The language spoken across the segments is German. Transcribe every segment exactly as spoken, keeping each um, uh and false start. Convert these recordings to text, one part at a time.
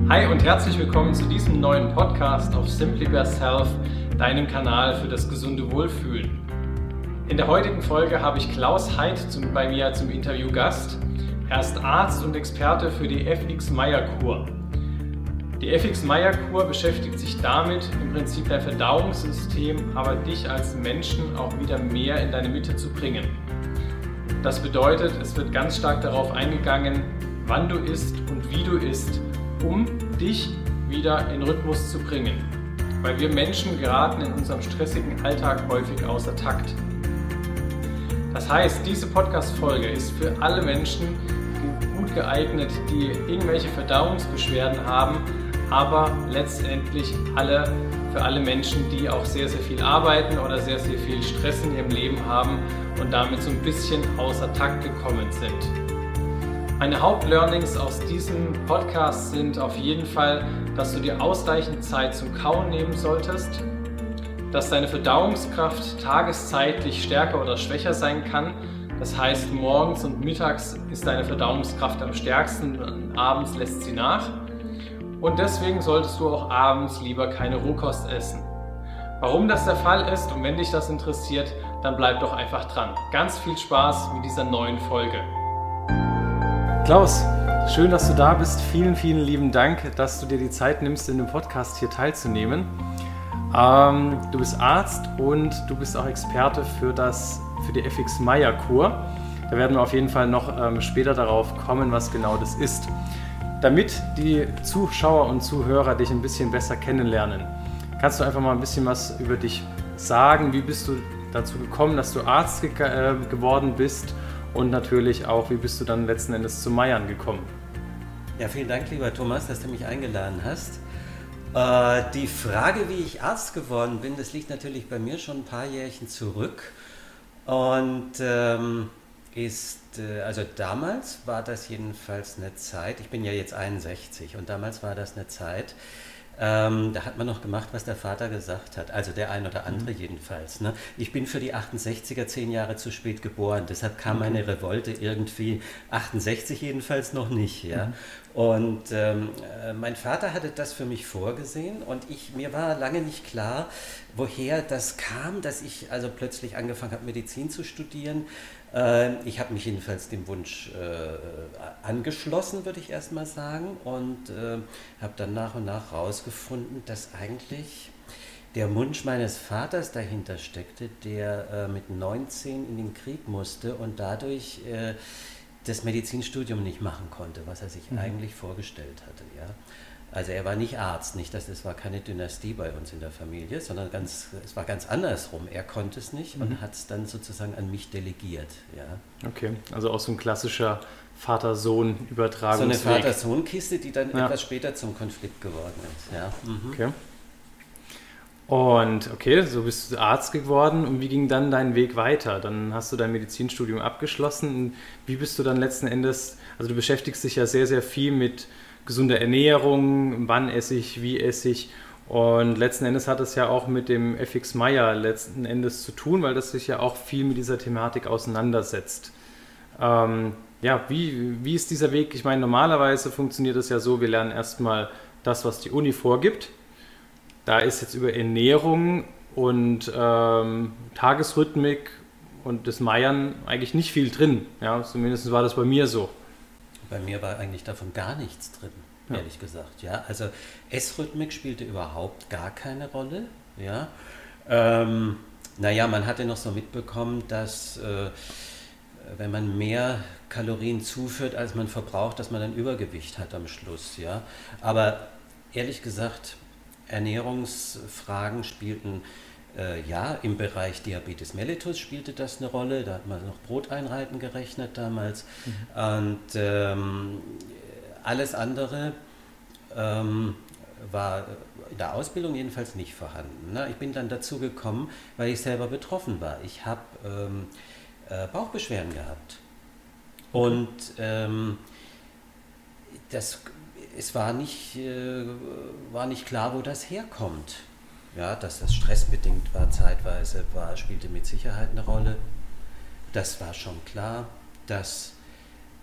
Hi und herzlich willkommen zu diesem neuen Podcast auf Simply Best Health, deinem Kanal für das gesunde Wohlfühlen. In der heutigen Folge habe ich Klaus Heid zum, bei mir zum Interviewgast. Er ist Arzt und Experte für die F X Meyer-Kur. Die F X Meyer-Kur beschäftigt sich damit, im Prinzip dein Verdauungssystem, aber dich als Menschen auch wieder mehr in deine Mitte zu bringen. Das bedeutet, es wird ganz stark darauf eingegangen, wann du isst und wie du isst, um dich wieder in Rhythmus zu bringen. Weil wir Menschen geraten in unserem stressigen Alltag häufig außer Takt. Das heißt, diese Podcast-Folge ist für alle Menschen gut geeignet, die irgendwelche Verdauungsbeschwerden haben, aber letztendlich alle, für alle Menschen, die auch sehr, sehr viel arbeiten oder sehr, sehr viel Stress in ihrem Leben haben und damit so ein bisschen außer Takt gekommen sind. Meine Hauptlearnings aus diesem Podcast sind auf jeden Fall, dass du dir ausreichend Zeit zum Kauen nehmen solltest, dass deine Verdauungskraft tageszeitlich stärker oder schwächer sein kann. Das heißt, morgens und mittags ist deine Verdauungskraft am stärksten und abends lässt sie nach. Und deswegen solltest du auch abends lieber keine Rohkost essen. Warum das der Fall ist und wenn dich das interessiert, dann bleib doch einfach dran. Ganz viel Spaß mit dieser neuen Folge. Klaus, schön, dass du da bist. Vielen, vielen lieben Dank, dass du dir die Zeit nimmst, in dem Podcast hier teilzunehmen. Ähm, du bist Arzt und du bist auch Experte für, das, für die F X Meyer-Kur. Da werden wir auf jeden Fall noch ähm, später darauf kommen, was genau das ist. Damit die Zuschauer und Zuhörer dich ein bisschen besser kennenlernen, kannst du einfach mal ein bisschen was über dich sagen. Wie bist du dazu gekommen, dass du Arzt ge- äh, geworden bist? Und natürlich auch, wie bist du dann letzten Endes zu Meyern gekommen? Ja, vielen Dank, lieber Thomas, dass du mich eingeladen hast. Äh, die Frage, wie ich Arzt geworden bin, das liegt natürlich bei mir schon ein paar Jährchen zurück. Und ähm, ist, äh, also damals war das jedenfalls eine Zeit, ich bin ja jetzt einundsechzig und damals war das eine Zeit, Ähm, da hat man noch gemacht, was der Vater gesagt hat, also der ein oder andere jedenfalls. Ne? Ich bin für die achtundsechziger zehn Jahre zu spät geboren, deshalb kam okay. meine Revolte irgendwie achtundsechzig jedenfalls noch nicht. Ja? Mhm. Und ähm, mein Vater hatte das für mich vorgesehen und ich, mir war lange nicht klar, woher das kam, dass ich also plötzlich angefangen habe, Medizin zu studieren. Ich habe mich jedenfalls dem Wunsch äh, angeschlossen, würde ich erst mal sagen, und äh, habe dann nach und nach herausgefunden, dass eigentlich der Wunsch meines Vaters dahinter steckte, der äh, mit neunzehn in den Krieg musste und dadurch äh, das Medizinstudium nicht machen konnte, was er sich mhm. eigentlich vorgestellt hatte. Ja? Also er war nicht Arzt, nicht, das, das war keine Dynastie bei uns in der Familie, sondern ganz, es war ganz andersrum. Er konnte es nicht mhm. und hat es dann sozusagen an mich delegiert. Ja. Okay, also auch so ein klassischer Vater-Sohn-Übertragungsweg. So eine Vater-Sohn-Kiste, die dann ja. etwas später zum Konflikt geworden ist. Ja. Mhm. Okay. Und okay, so bist du Arzt geworden und wie ging dann dein Weg weiter? Dann hast du dein Medizinstudium abgeschlossen. Wie bist du dann letzten Endes, also du beschäftigst dich ja sehr, sehr viel mit gesunde Ernährung, wann esse ich, wie esse ich und letzten Endes hat es ja auch mit dem F X Meyer letzten Endes zu tun, weil das sich ja auch viel mit dieser Thematik auseinandersetzt. Ähm, ja, wie, wie ist dieser Weg? Ich meine, normalerweise funktioniert es ja so, wir lernen erstmal das, was die Uni vorgibt. Da ist jetzt über Ernährung und ähm, Tagesrhythmik und das Meyern eigentlich nicht viel drin. Ja, zumindest war das bei mir so. Bei mir war eigentlich davon gar nichts drin, ja. ehrlich gesagt. Ja, also Essrhythmik spielte überhaupt gar keine Rolle. Ja, ähm, naja, man hatte noch so mitbekommen, dass äh, wenn man mehr Kalorien zuführt, als man verbraucht, dass man dann Übergewicht hat am Schluss. Ja, aber ehrlich gesagt, Ernährungsfragen spielten Äh, ja, im Bereich Diabetes mellitus spielte das eine Rolle, da hat man noch Broteinheiten gerechnet damals mhm. und ähm, alles andere ähm, war in der Ausbildung jedenfalls nicht vorhanden. Ne? Ich bin dann dazu gekommen, weil ich selber betroffen war. Ich habe ähm, äh, Bauchbeschwerden gehabt okay. und ähm, das, es war nicht, äh, war nicht klar, wo das herkommt. Ja, dass das stressbedingt war, zeitweise war, spielte mit Sicherheit eine Rolle. Das war schon klar, dass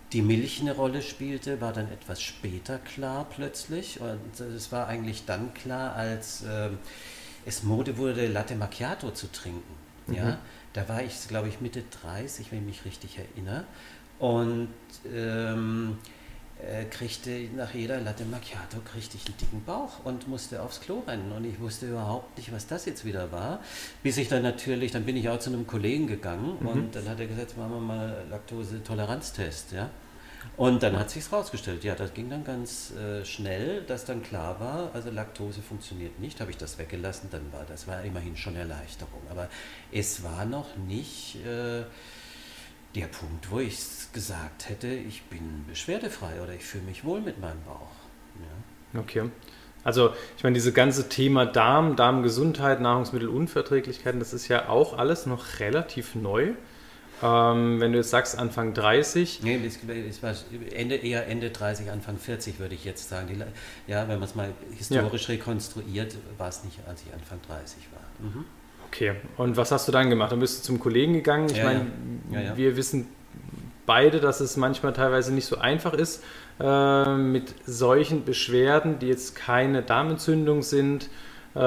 die Milch eine Rolle spielte, war dann etwas später klar plötzlich. Und es war eigentlich dann klar, als äh, es Mode wurde, Latte Macchiato zu trinken. Mhm. Ja? Da war ich, glaube ich, Mitte dreißig, wenn ich mich richtig erinnere. Und ähm, äh, kriegte nach jeder Latte Macchiato kriegte ich einen dicken Bauch und musste aufs Klo rennen. Und ich wusste überhaupt nicht, was das jetzt wieder war. Bis ich dann natürlich, dann bin ich auch zu einem Kollegen gegangen mhm. und dann hat er gesagt, machen wir mal Laktosetoleranztest. Ja? Und dann hat sich's rausgestellt. Ja, das ging dann ganz äh, schnell, dass dann klar war, also Laktose funktioniert nicht. Habe ich das weggelassen, dann war das war immerhin schon Erleichterung. Aber es war noch nicht äh, der Punkt, wo ich gesagt hätte, ich bin beschwerdefrei oder ich fühle mich wohl mit meinem Bauch. Ja. Okay. Also ich meine, dieses ganze Thema Darm, Darmgesundheit, Nahrungsmittelunverträglichkeiten, das ist ja auch alles noch relativ neu. Ähm, wenn du jetzt sagst Anfang dreißig. Nee, es war Ende, eher Ende dreißig, Anfang vierzig würde ich jetzt sagen. Die, ja, wenn man es mal historisch ja. rekonstruiert, war es nicht, als ich Anfang dreißig war. Mhm. Okay, und was hast du dann gemacht? Dann bist du zum Kollegen gegangen. Ich ja, meine, ja. Ja, ja. wir wissen beide, dass es manchmal teilweise nicht so einfach ist, äh, mit solchen Beschwerden, die jetzt keine Darmentzündung sind, äh,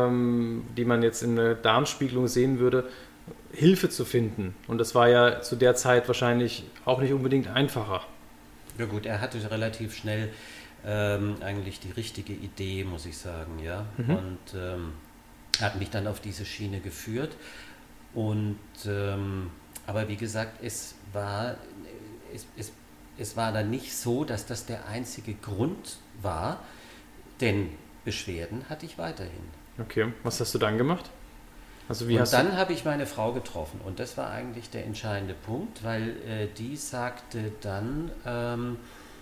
die man jetzt in der Darmspiegelung sehen würde, Hilfe zu finden. Und das war ja zu der Zeit wahrscheinlich auch nicht unbedingt einfacher. Ja gut, er hatte relativ schnell ähm, eigentlich die richtige Idee, muss ich sagen, ja. Mhm. Und ähm, hat mich dann auf diese Schiene geführt. Und ähm, aber wie gesagt, es war es, es, es war dann nicht so, dass das der einzige Grund war, denn Beschwerden hatte ich weiterhin. Okay, was hast du dann gemacht? Also wie und hast dann habe ich meine Frau getroffen und das war eigentlich der entscheidende Punkt, weil äh, die sagte dann, ähm,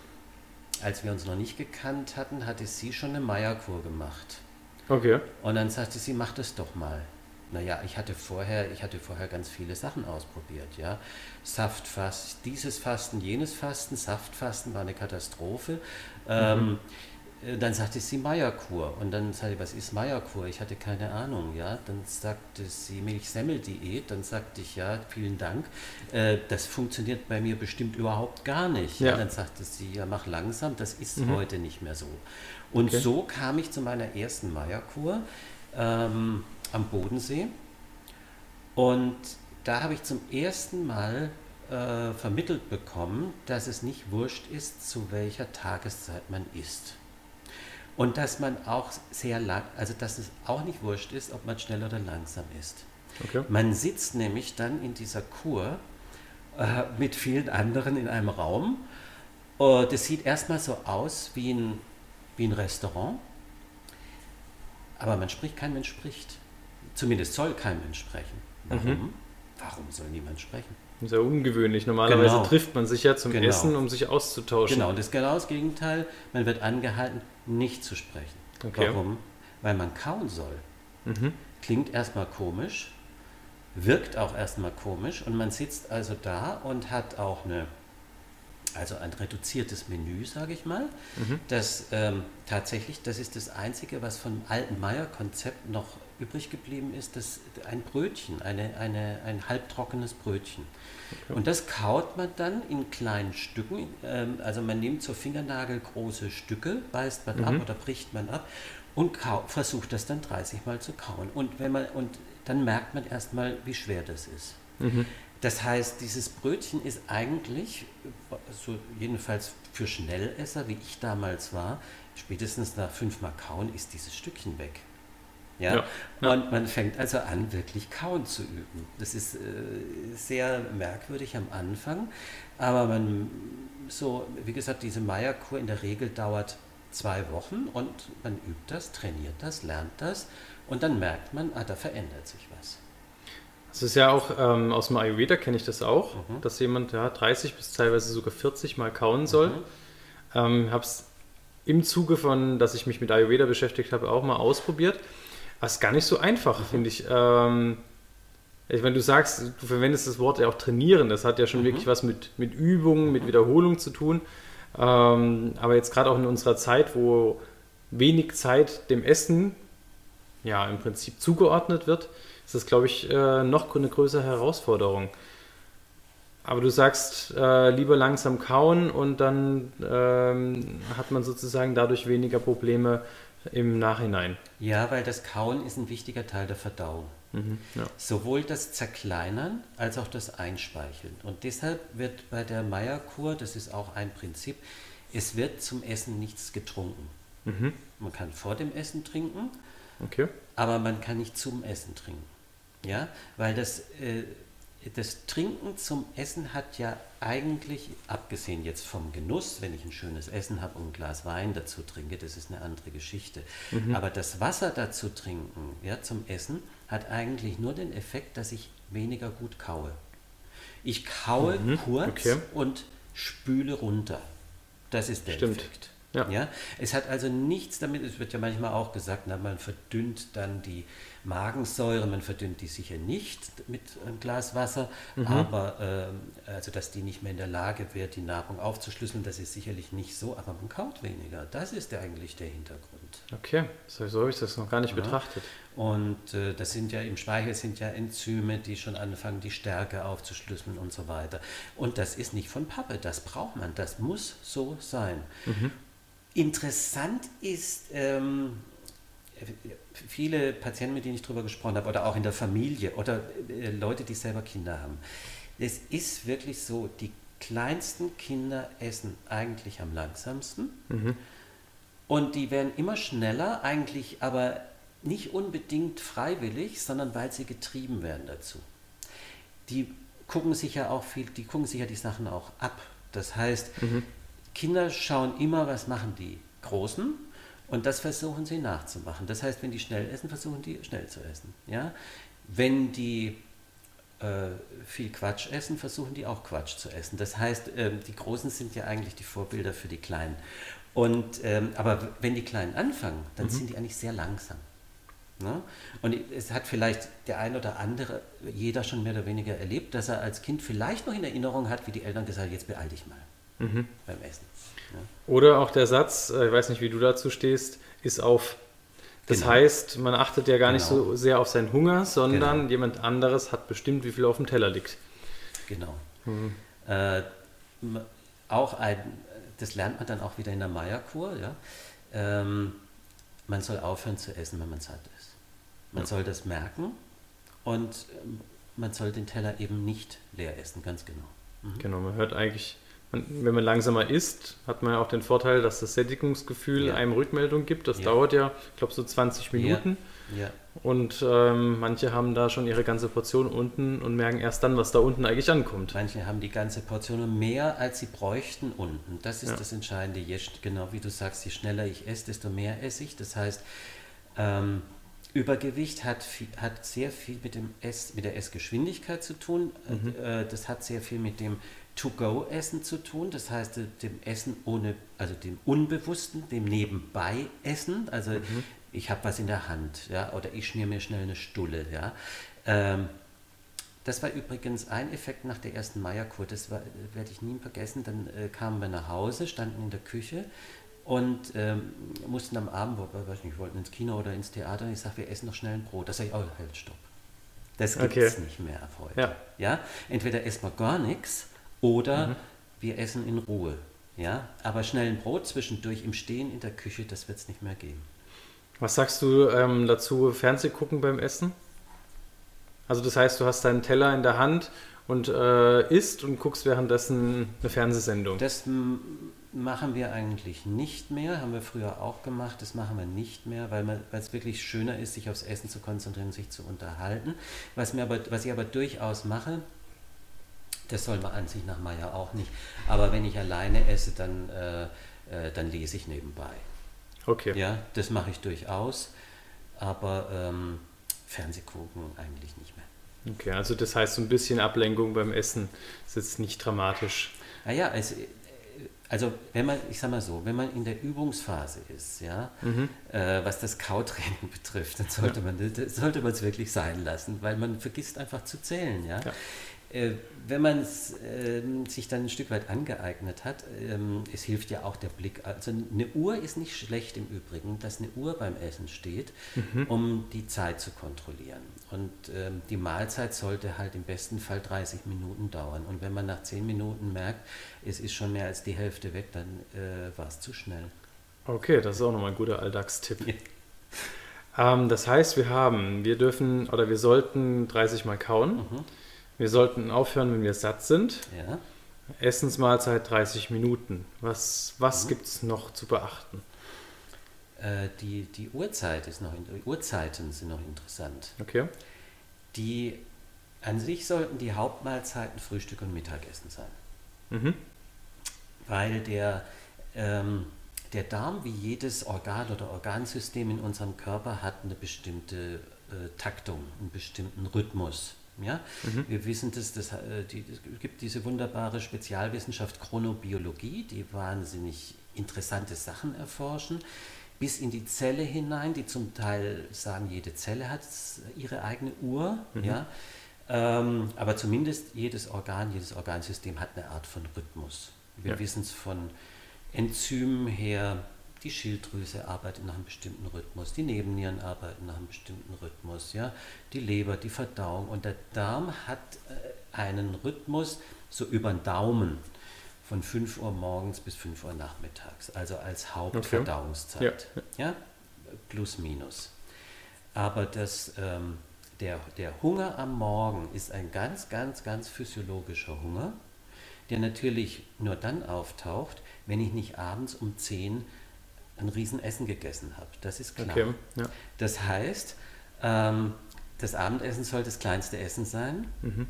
als wir uns noch nicht gekannt hatten, hatte sie schon eine Meierkur gemacht. Okay. Und dann sagte sie, mach das doch mal. Naja, ich hatte vorher, ich hatte vorher ganz viele Sachen ausprobiert, ja. Saftfasten, dieses Fasten, jenes Fasten, Saftfasten war eine Katastrophe. Mhm. Ähm, Dann sagte sie Meierkur und dann sagte ich, was ist Meierkur? Ich hatte keine Ahnung, ja. Dann sagte sie Milchsemmel-Diät, dann sagte ich, ja, vielen Dank, äh, das funktioniert bei mir bestimmt überhaupt gar nicht. Ja. Ja, dann sagte sie, ja, mach langsam, das ist mhm. heute nicht mehr so. Und okay. so kam ich zu meiner ersten Meierkur ähm, am Bodensee und da habe ich zum ersten Mal äh, vermittelt bekommen, dass es nicht wurscht ist, zu welcher Tageszeit man isst. Und dass man auch sehr lang, also dass es auch nicht wurscht ist, ob man schnell oder langsam isst. Okay. Man sitzt nämlich dann in dieser Kur äh, mit vielen anderen in einem Raum. Uh, das sieht erstmal so aus wie ein, wie ein Restaurant, aber man spricht, kein Mensch spricht. Zumindest soll kein Mensch sprechen. Warum? Mhm. Warum soll niemand sprechen? Sehr ungewöhnlich. Normalerweise genau. trifft man sich ja zum genau. Essen, um sich auszutauschen. Genau, und das ist genau das Gegenteil. Man wird angehalten, nicht zu sprechen. Okay. Warum? Weil man kauen soll. Mhm. Klingt erstmal komisch, wirkt auch erstmal komisch und man sitzt also da und hat auch eine, also ein reduziertes Menü, sage ich mal. Mhm. Das ähm, tatsächlich, das ist das Einzige, was vom alten Meyer-Konzept noch übrig geblieben ist, das ein Brötchen, eine, eine, ein halbtrockenes Brötchen. Okay. Und das kaut man dann in kleinen Stücken, ähm, also man nimmt so fingernagelgroße Stücke, beißt man mhm. ab oder bricht man ab und kau- versucht das dann dreißig Mal zu kauen. Und, wenn man, und dann merkt man erstmal, wie schwer das ist. Mhm. Das heißt, dieses Brötchen ist eigentlich, so jedenfalls für Schnellesser, wie ich damals war, spätestens nach fünfmal kauen ist dieses Stückchen weg. Ja? Ja, ja. Und man fängt also an, wirklich kauen zu üben. Das ist äh, sehr merkwürdig am Anfang, aber man, so, wie gesagt, diese Meierkur in der Regel dauert zwei Wochen und man übt das, trainiert das, lernt das und dann merkt man, ah, da verändert sich was. Das ist ja auch, ähm, aus dem Ayurveda kenne ich das auch, Mhm. dass jemand ja, dreißig bis teilweise sogar vierzig Mal kauen soll. Mhm. Ähm, habe es im Zuge von, dass ich mich mit Ayurveda beschäftigt habe, auch mal ausprobiert. Aber es ist gar nicht so einfach, Mhm. finde ich. Ähm, ich meine, du sagst, du verwendest das Wort ja auch trainieren. Das hat ja schon Mhm. wirklich was mit, mit Übungen, mit Wiederholung zu tun. Ähm, aber jetzt gerade auch in unserer Zeit, wo wenig Zeit dem Essen ja im Prinzip zugeordnet wird, ist das, glaube ich, äh, noch eine größere Herausforderung. Aber du sagst, äh, lieber langsam kauen und dann ähm, hat man sozusagen dadurch weniger Probleme im Nachhinein. Ja, weil das Kauen ist ein wichtiger Teil der Verdauung. Mhm, ja. Sowohl das Zerkleinern als auch das Einspeicheln. Und deshalb wird bei der Meyer-Kur, das ist auch ein Prinzip, es wird zum Essen nichts getrunken. Mhm. Man kann vor dem Essen trinken, Okay. aber man kann nicht zum Essen trinken. Ja, weil das, äh, das Trinken zum Essen hat ja eigentlich, abgesehen jetzt vom Genuss, wenn ich ein schönes Essen habe und ein Glas Wein dazu trinke, das ist eine andere Geschichte. Mhm. Aber das Wasser dazu trinken, ja, zum Essen, hat eigentlich nur den Effekt, dass ich weniger gut kaue. Ich kaue Mhm. kurz Okay. und spüle runter. Das ist der Stimmt. Effekt. Ja. Ja, es hat also nichts damit, es wird ja manchmal auch gesagt, na, man verdünnt dann die Magensäure, man verdünnt die sicher nicht mit einem Glas Wasser, Mhm. aber ähm, also dass die nicht mehr in der Lage wird, die Nahrung aufzuschlüsseln, das ist sicherlich nicht so, aber man kaut weniger. Das ist ja eigentlich der Hintergrund. Okay, so, so habe ich das noch gar nicht Ja. betrachtet. Und äh, das sind ja im Speichel sind ja Enzyme, die schon anfangen, die Stärke aufzuschlüsseln und so weiter. Und das ist nicht von Pappe, das braucht man, das muss so sein. Mhm. Interessant ist, ähm, viele Patienten, mit denen ich darüber gesprochen habe, oder auch in der Familie, oder äh, Leute, die selber Kinder haben, es ist wirklich so, die kleinsten Kinder essen eigentlich am langsamsten Mhm. und die werden immer schneller, eigentlich aber nicht unbedingt freiwillig, sondern weil sie getrieben werden dazu. Die gucken sich ja auch viel, die gucken sich ja die Sachen auch ab. Das heißt, Mhm. Kinder schauen immer, was machen die Großen und das versuchen sie nachzumachen. Das heißt, wenn die schnell essen, versuchen die schnell zu essen. Ja? Wenn die äh, viel Quatsch essen, versuchen die auch Quatsch zu essen. Das heißt, ähm, die Großen sind ja eigentlich die Vorbilder für die Kleinen. Und, ähm, aber wenn die Kleinen anfangen, dann Mhm. sind die eigentlich sehr langsam. Ne? Und es hat vielleicht der ein oder andere, jeder schon mehr oder weniger erlebt, dass er als Kind vielleicht noch in Erinnerung hat, wie die Eltern gesagt haben, jetzt beeil dich mal Mhm. beim Essen. Ja? Oder auch der Satz, äh, ich weiß nicht, wie du dazu stehst, ist auf. Das Genau. heißt, man achtet ja gar nicht Genau. so sehr auf seinen Hunger, sondern Genau. jemand anderes hat bestimmt, wie viel auf dem Teller liegt. Genau. Mhm. Äh, m- auch ein, das lernt man dann auch wieder in der Meyer-Kur. Ja? Ähm, man soll aufhören zu essen, wenn man satt ist. Man Ja. soll das merken und ähm, man soll den Teller eben nicht leer essen, ganz genau. Mhm. Genau, man hört eigentlich, man, wenn man langsamer isst, hat man ja auch den Vorteil, dass das Sättigungsgefühl Ja. einem Rückmeldung gibt. Das Ja. dauert ja, ich glaube, so zwanzig Minuten. Ja, Und ähm, manche haben da schon ihre ganze Portion unten und merken erst dann, was da unten eigentlich ankommt. manche haben die ganze Portion und mehr, als sie bräuchten unten. Das ist Ja. das Entscheidende. Je, sch- genau wie du sagst, je schneller ich esse, desto mehr esse ich. Das heißt, ähm, Übergewicht hat, viel, hat sehr viel mit, dem Ess, mit der Essgeschwindigkeit zu tun. Mhm. Äh, das hat sehr viel mit dem To-Go-Essen zu tun. Das heißt, äh, dem Essen ohne, also dem Unbewussten, dem Nebenbei-Essen. Also Mhm. ich habe was in der Hand, ja, oder ich schmier mir schnell eine Stulle, ja. Ähm, das war übrigens ein Effekt nach der ersten Meyer-Kur, das war, werde ich nie vergessen. Dann äh, kamen wir nach Hause, standen in der Küche und ähm, mussten am Abend, wo, weiß nicht, wollten ins Kino oder ins Theater, und ich sage, wir essen noch schnell ein Brot. Da sage ich, oh, halt, stopp. Das gibt es Okay. nicht mehr ab heute. Ja. Ja? Entweder essen wir gar nichts oder Mhm. wir essen in Ruhe. Ja? Aber schnell ein Brot zwischendurch im Stehen in der Küche, das wird es nicht mehr geben. Was sagst du ähm, dazu, Fernseh gucken beim Essen? Also das heißt, du hast deinen Teller in der Hand und äh, isst und guckst währenddessen eine Fernsehsendung. Das m, machen wir eigentlich nicht mehr, haben wir früher auch gemacht, das machen wir nicht mehr, weil man- weil es wirklich schöner ist, sich aufs Essen zu konzentrieren, sich zu unterhalten. Was, mir aber, was ich aber durchaus mache, das soll man an sich nach Meyer auch nicht, aber wenn ich alleine esse, dann, äh, äh, dann lese ich nebenbei. Okay. Ja, das mache ich durchaus, aber ähm, Fernseh gucken eigentlich nicht mehr. Okay, also das heißt, so ein bisschen Ablenkung beim Essen ist jetzt nicht dramatisch. Naja, also, äh, also wenn man, ich sag mal so, wenn man in der Übungsphase ist, ja, Mhm. äh, was das Kautraining betrifft, dann sollte man das sollte man es wirklich sein lassen, weil man vergisst einfach zu zählen, ja. Ja. Äh, wenn man es äh, sich dann ein Stück weit angeeignet hat, ähm, es hilft ja auch der Blick. Also eine Uhr ist nicht schlecht im Übrigen, dass eine Uhr beim Essen steht, mhm. um die Zeit zu kontrollieren. Und ähm, die Mahlzeit sollte halt im besten Fall dreißig Minuten dauern. Und wenn man nach zehn Minuten merkt, es ist schon mehr als die Hälfte weg, dann äh, war es zu schnell. Okay, das ist auch nochmal ein guter Alltagstipp. Ja. Ähm, das heißt, wir haben, wir dürfen oder wir sollten dreißig Mal kauen. Mhm. Wir sollten aufhören, wenn wir satt sind. Ja. Essensmahlzeit dreißig Minuten. Was, was mhm. gibt es noch zu beachten? Äh, die, die Uhrzeit ist noch, die Uhrzeiten sind noch interessant. Okay. Die, an sich sollten die Hauptmahlzeiten Frühstück und Mittagessen sein. Mhm. Weil der, ähm, der Darm, wie jedes Organ oder Organsystem in unserem Körper, hat eine bestimmte äh, Taktung, einen bestimmten Rhythmus. Ja? Mhm. Wir wissen, dass das, die, es gibt diese wunderbare Spezialwissenschaft Chronobiologie, die wahnsinnig interessante Sachen erforschen, bis in die Zelle hinein, die zum Teil sagen, jede Zelle hat ihre eigene Uhr, mhm. ja? ähm, aber zumindest jedes Organ, jedes Organsystem hat eine Art von Rhythmus. Wir ja. wissen es von Enzymen her. Die Schilddrüse arbeitet nach einem bestimmten Rhythmus, die Nebennieren arbeiten nach einem bestimmten Rhythmus, ja? Die Leber, die Verdauung und der Darm hat äh, einen Rhythmus so über den Daumen von fünf Uhr morgens bis fünf Uhr nachmittags, also als Hauptverdauungszeit, okay. ja. ja? Plus minus. Aber das, ähm, der, der Hunger am Morgen ist ein ganz, ganz, ganz physiologischer Hunger, der natürlich nur dann auftaucht, wenn ich nicht abends um zehn ein Riesenessen gegessen habe. Das ist klar. Okay, ja. Das heißt, ähm, das Abendessen soll das kleinste Essen sein. Mhm.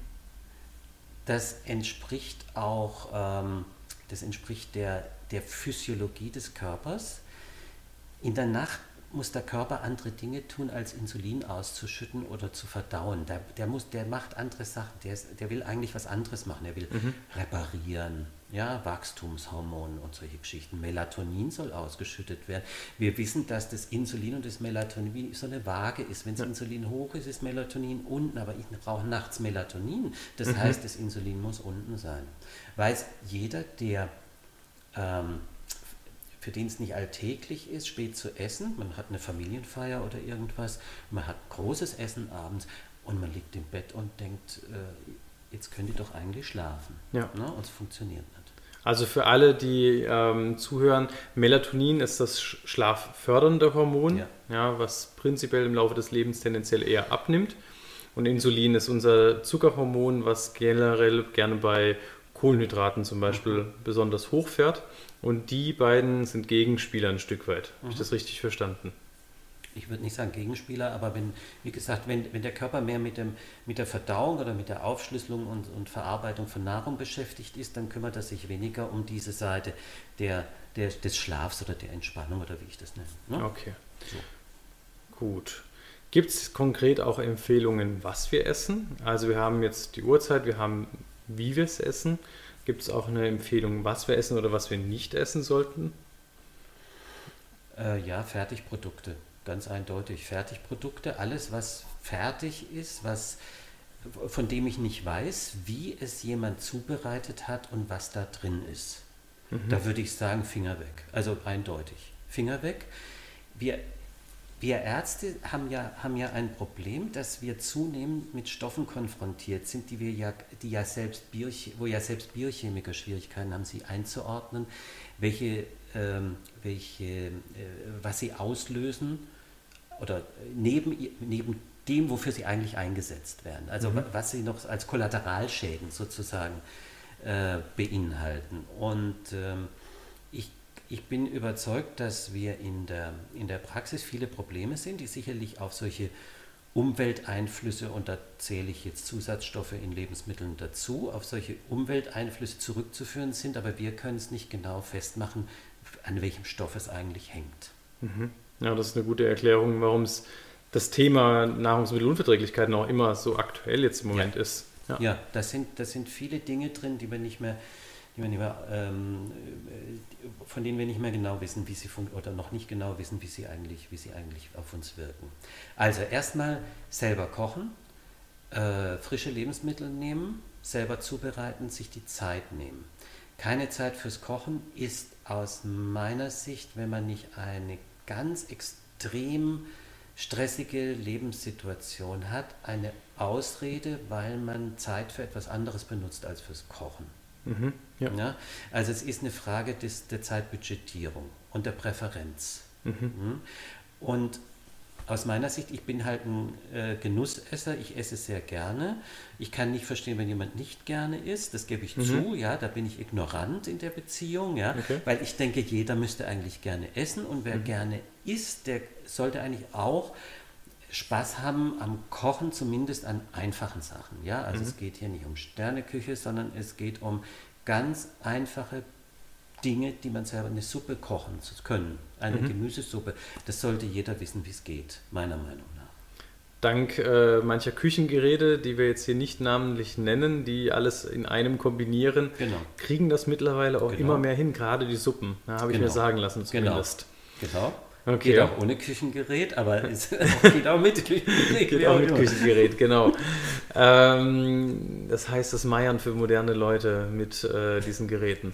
Das entspricht auch, ähm, das entspricht der, der Physiologie des Körpers. In der Nacht muss der Körper andere Dinge tun, als Insulin auszuschütten oder zu verdauen. Der, der, muss, der macht andere Sachen, der, ist, der will eigentlich was anderes machen. Er will mhm. reparieren, ja, Wachstumshormone und solche Geschichten. Melatonin soll ausgeschüttet werden. Wir wissen, dass das Insulin und das Melatonin wie so eine Waage ist. Wenn das ja. Insulin hoch ist, ist Melatonin unten, aber ich brauche nachts Melatonin. Das mhm. heißt, das Insulin muss unten sein. Weiß jeder, der ähm, für den es nicht alltäglich ist, spät zu essen, man hat eine Familienfeier oder irgendwas, man hat großes Essen abends und man liegt im Bett und denkt, äh, jetzt könnt ihr doch eigentlich schlafen. Ja. Ne? Und es funktioniert nicht. Also für alle, die ähm, zuhören, Melatonin ist das schlaffördernde Hormon, ja. Ja, was prinzipiell im Laufe des Lebens tendenziell eher abnimmt. Und Insulin ist unser Zuckerhormon, was generell gerne bei Kohlenhydraten zum Beispiel mhm. besonders hoch fährt. Und die beiden sind Gegenspieler ein Stück weit. Mhm. Habe ich das richtig verstanden? Ich würde nicht sagen Gegenspieler, aber wenn, wie gesagt, wenn, wenn der Körper mehr mit, dem, mit der Verdauung oder mit der Aufschlüsselung und, und Verarbeitung von Nahrung beschäftigt ist, dann kümmert er sich weniger um diese Seite der, der, des Schlafs oder der Entspannung oder wie ich das nenne. Ne? Okay. So. Gut. Gibt es konkret auch Empfehlungen, was wir essen? Also wir haben jetzt die Uhrzeit, wir haben, wie wir es essen. Gibt es auch eine Empfehlung, was wir essen oder was wir nicht essen sollten? Äh, ja, Fertigprodukte. Ganz eindeutig. Fertigprodukte, alles was fertig ist, was, von dem ich nicht weiß, wie es jemand zubereitet hat und was da drin ist. Mhm. Da würde ich sagen, Finger weg. Also eindeutig. Finger weg. Wir, wir Ärzte haben ja, haben ja ein Problem, dass wir zunehmend mit Stoffen konfrontiert sind, die wir ja, die ja selbst Bio, wo ja selbst Biochemiker Schwierigkeiten haben, sie einzuordnen, welche, ähm, welche, äh, was sie auslösen oder neben, neben dem, wofür sie eigentlich eingesetzt werden. Also mhm. was sie noch als Kollateralschäden sozusagen äh, beinhalten. Und ähm, ich, ich bin überzeugt, dass wir in der, in der Praxis viele Probleme sind, die sicherlich auf solche Umwelteinflüsse, und da zähle ich jetzt Zusatzstoffe in Lebensmitteln dazu, auf solche Umwelteinflüsse zurückzuführen sind, aber wir können es nicht genau festmachen, an welchem Stoff es eigentlich hängt. Mhm. Ja, das ist eine gute Erklärung, warum es das Thema Nahrungsmittelunverträglichkeiten auch immer so aktuell jetzt im Moment ja. ist. Ja, ja da sind, da sind viele Dinge drin, die wir nicht mehr, die wir nicht mehr ähm, von denen wir nicht mehr genau wissen, wie sie funkt oder noch nicht genau wissen, wie sie eigentlich, wie sie eigentlich auf uns wirken. Also erstmal selber kochen, äh, frische Lebensmittel nehmen, selber zubereiten, sich die Zeit nehmen. Keine Zeit fürs Kochen ist aus meiner Sicht, wenn man nicht eine ganz extrem stressige Lebenssituation hat, eine Ausrede, weil man Zeit für etwas anderes benutzt als fürs Kochen. Mhm, ja. Ja? Also es ist eine Frage des, der Zeitbudgetierung und der Präferenz. Mhm. Und aus meiner Sicht, ich bin halt ein äh, Genussesser, ich esse sehr gerne. Ich kann nicht verstehen, wenn jemand nicht gerne isst, das gebe ich mhm. zu, ja, da bin ich ignorant in der Beziehung, ja, okay. Weil ich denke, jeder müsste eigentlich gerne essen und wer mhm. gerne isst, der sollte eigentlich auch Spaß haben am Kochen, zumindest an einfachen Sachen, ja, also mhm. es geht hier nicht um Sterneküche, sondern es geht um ganz einfache Dinge, die man selber, eine Suppe kochen zu können, eine mhm. Gemüsesuppe, das sollte jeder wissen, wie es geht, meiner Meinung nach. Dank äh, mancher Küchengeräte, die wir jetzt hier nicht namentlich nennen, die alles in einem kombinieren, genau. kriegen das mittlerweile auch genau. immer mehr hin, gerade die Suppen, ja, habe ich genau. mir sagen lassen zumindest. Genau, genau. Okay. Geht auch ohne Küchengerät, aber es geht auch mit Küchengerät. Geht auch mit Küchengerät, genau. ähm, das heißt, das Meiern für moderne Leute mit äh, diesen Geräten.